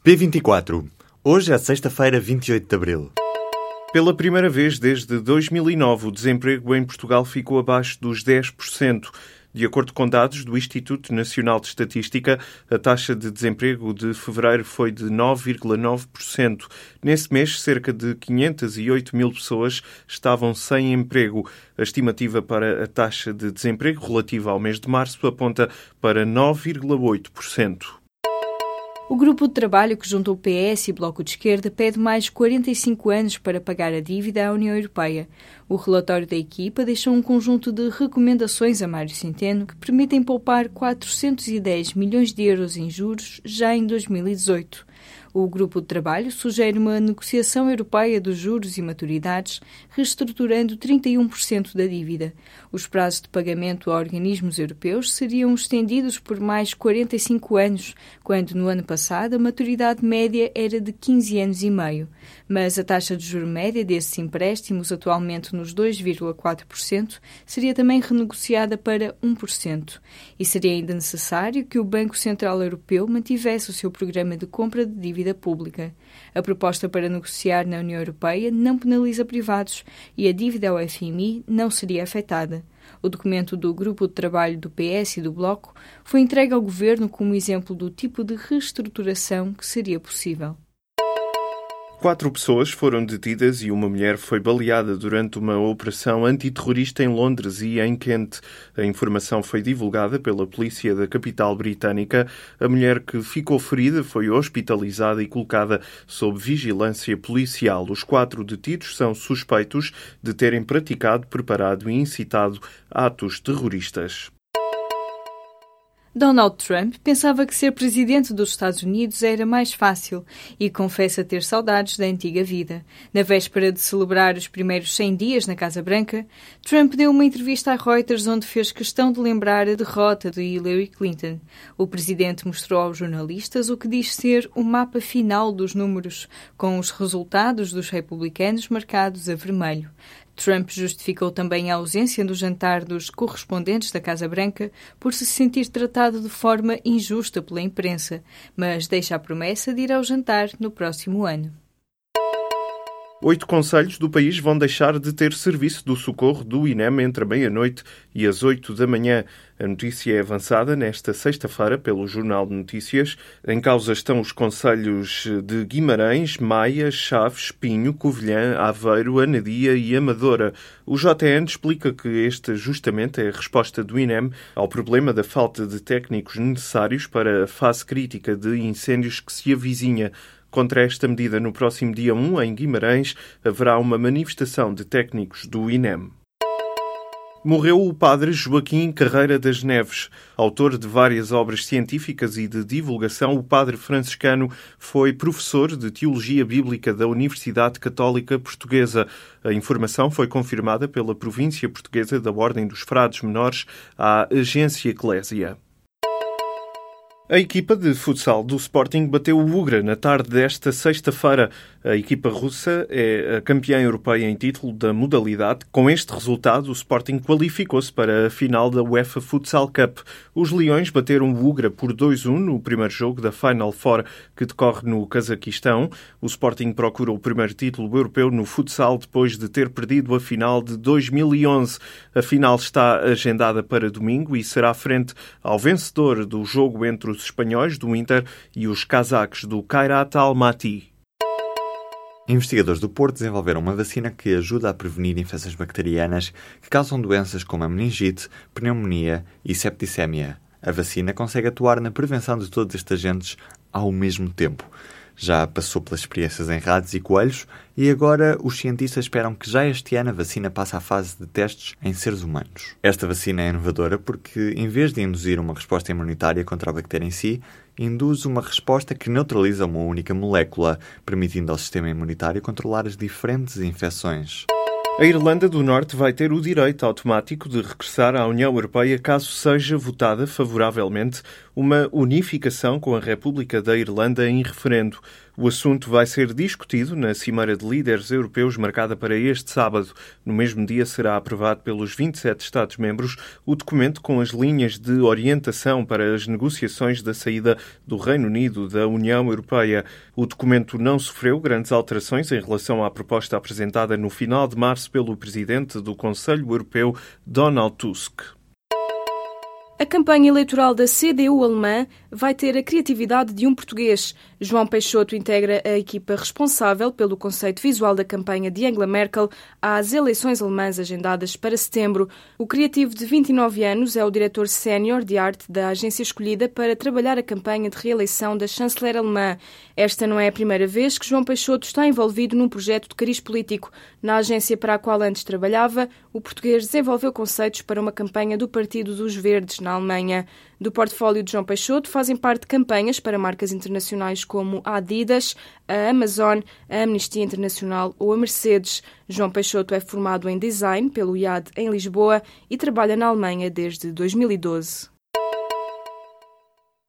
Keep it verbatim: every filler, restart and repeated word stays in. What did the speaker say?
P vinte e quatro. Hoje é sexta-feira, vinte e oito de abril. Pela primeira vez desde dois mil e nove, o desemprego em Portugal ficou abaixo dos dez por cento. De acordo com dados do Instituto Nacional de Estatística, a taxa de desemprego de fevereiro foi de nove vírgula nove por cento. Nesse mês, cerca de quinhentas e oito mil pessoas estavam sem emprego. A estimativa para a taxa de desemprego relativa ao mês de março aponta para nove vírgula oito por cento. O grupo de trabalho que junta o P S e o Bloco de Esquerda pede mais quarenta e cinco anos para pagar a dívida à União Europeia. O relatório da equipa deixou um conjunto de recomendações a Mário Centeno que permitem poupar quatrocentos e dez milhões de euros em juros já em dois mil e dezoito. O grupo de trabalho sugere uma negociação europeia dos juros e maturidades, reestruturando trinta e um por cento da dívida. Os prazos de pagamento a organismos europeus seriam estendidos por mais quarenta e cinco anos, quando no ano passado a maturidade média era de quinze anos e meio. Mas a taxa de juro média desses empréstimos, atualmente nos dois vírgula quatro por cento, seria também renegociada para um por cento. E seria ainda necessário que o Banco Central Europeu mantivesse o seu programa de compra de dívida pública. A proposta para negociar na União Europeia não penaliza privados e a dívida ao F M I não seria afetada. O documento do Grupo de Trabalho do P S e do Bloco foi entregue ao Governo como exemplo do tipo de reestruturação que seria possível. Quatro pessoas foram detidas e uma mulher foi baleada durante uma operação antiterrorista em Londres e em Kent. A informação foi divulgada pela polícia da capital britânica. A mulher que ficou ferida foi hospitalizada e colocada sob vigilância policial. Os quatro detidos são suspeitos de terem praticado, preparado e incitado atos terroristas. Donald Trump pensava que ser presidente dos Estados Unidos era mais fácil e confessa ter saudades da antiga vida. Na véspera de celebrar os primeiros cem dias na Casa Branca, Trump deu uma entrevista à Reuters onde fez questão de lembrar a derrota de Hillary Clinton. O presidente mostrou aos jornalistas o que diz ser o mapa final dos números, com os resultados dos republicanos marcados a vermelho. Trump justificou também a ausência do jantar dos correspondentes da Casa Branca por se sentir tratado de forma injusta pela imprensa, mas deixa a promessa de ir ao jantar no próximo ano. Oito concelhos do país vão deixar de ter serviço do socorro do I N E M entre a meia-noite e as oito da manhã. A notícia é avançada nesta sexta-feira pelo Jornal de Notícias. Em causa estão os concelhos de Guimarães, Maia, Chaves, Pinho, Covilhã, Aveiro, Anadia e Amadora. O J N explica que este ajustamento é a resposta do I N E M ao problema da falta de técnicos necessários para a fase crítica de incêndios que se avizinha. Contra esta medida, no próximo dia um, em Guimarães, haverá uma manifestação de técnicos do I N E M. Morreu o padre Joaquim Carreira das Neves. Autor de várias obras científicas e de divulgação, o padre franciscano foi professor de Teologia Bíblica da Universidade Católica Portuguesa. A informação foi confirmada pela província portuguesa da Ordem dos Frades Menores à Agência Eclésia. A equipa de futsal do Sporting bateu o Ugra na tarde desta sexta-feira. A equipa russa é a campeã europeia em título da modalidade. Com este resultado, o Sporting qualificou-se para a final da UEFA Futsal Cup. Os Leões bateram o Ugra por dois a um no primeiro jogo da Final Four, que decorre no Cazaquistão. O Sporting procura o primeiro título europeu no futsal depois de ter perdido a final de dois mil e onze. A final está agendada para domingo e será frente ao vencedor do jogo entre os espanhóis do Inter e os cazaques do Kairat Almaty. Investigadores do Porto desenvolveram uma vacina que ajuda a prevenir infecções bacterianas que causam doenças como a meningite, pneumonia e septicémia. A vacina consegue atuar na prevenção de todos estes agentes ao mesmo tempo. Já passou pelas experiências em ratos e coelhos e agora os cientistas esperam que já este ano a vacina passe à fase de testes em seres humanos. Esta vacina é inovadora porque, em vez de induzir uma resposta imunitária contra a bactéria em si, induz uma resposta que neutraliza uma única molécula, permitindo ao sistema imunitário controlar as diferentes infecções. A Irlanda do Norte vai ter o direito automático de regressar à União Europeia caso seja votada favoravelmente uma unificação com a República da Irlanda em referendo. O assunto vai ser discutido na Cimeira de Líderes Europeus marcada para este sábado. No mesmo dia será aprovado pelos vinte e sete Estados-membros o documento com as linhas de orientação para as negociações da saída do Reino Unido da União Europeia. O documento não sofreu grandes alterações em relação à proposta apresentada no final de março pelo presidente do Conselho Europeu, Donald Tusk. A campanha eleitoral da C D U alemã vai ter a criatividade de um português. João Peixoto integra a equipa responsável pelo conceito visual da campanha de Angela Merkel às eleições alemãs agendadas para setembro. O criativo de vinte e nove anos é o diretor sénior de arte da agência escolhida para trabalhar a campanha de reeleição da chanceler alemã. Esta não é a primeira vez que João Peixoto está envolvido num projeto de cariz político. Na agência para a qual antes trabalhava, o português desenvolveu conceitos para uma campanha do Partido dos Verdes na Alemanha. Do portfólio de João Peixoto fazem parte campanhas para marcas internacionais como a Adidas, a Amazon, a Amnistia Internacional ou a Mercedes. João Peixoto é formado em design pelo I A D em Lisboa e trabalha na Alemanha desde dois mil e doze.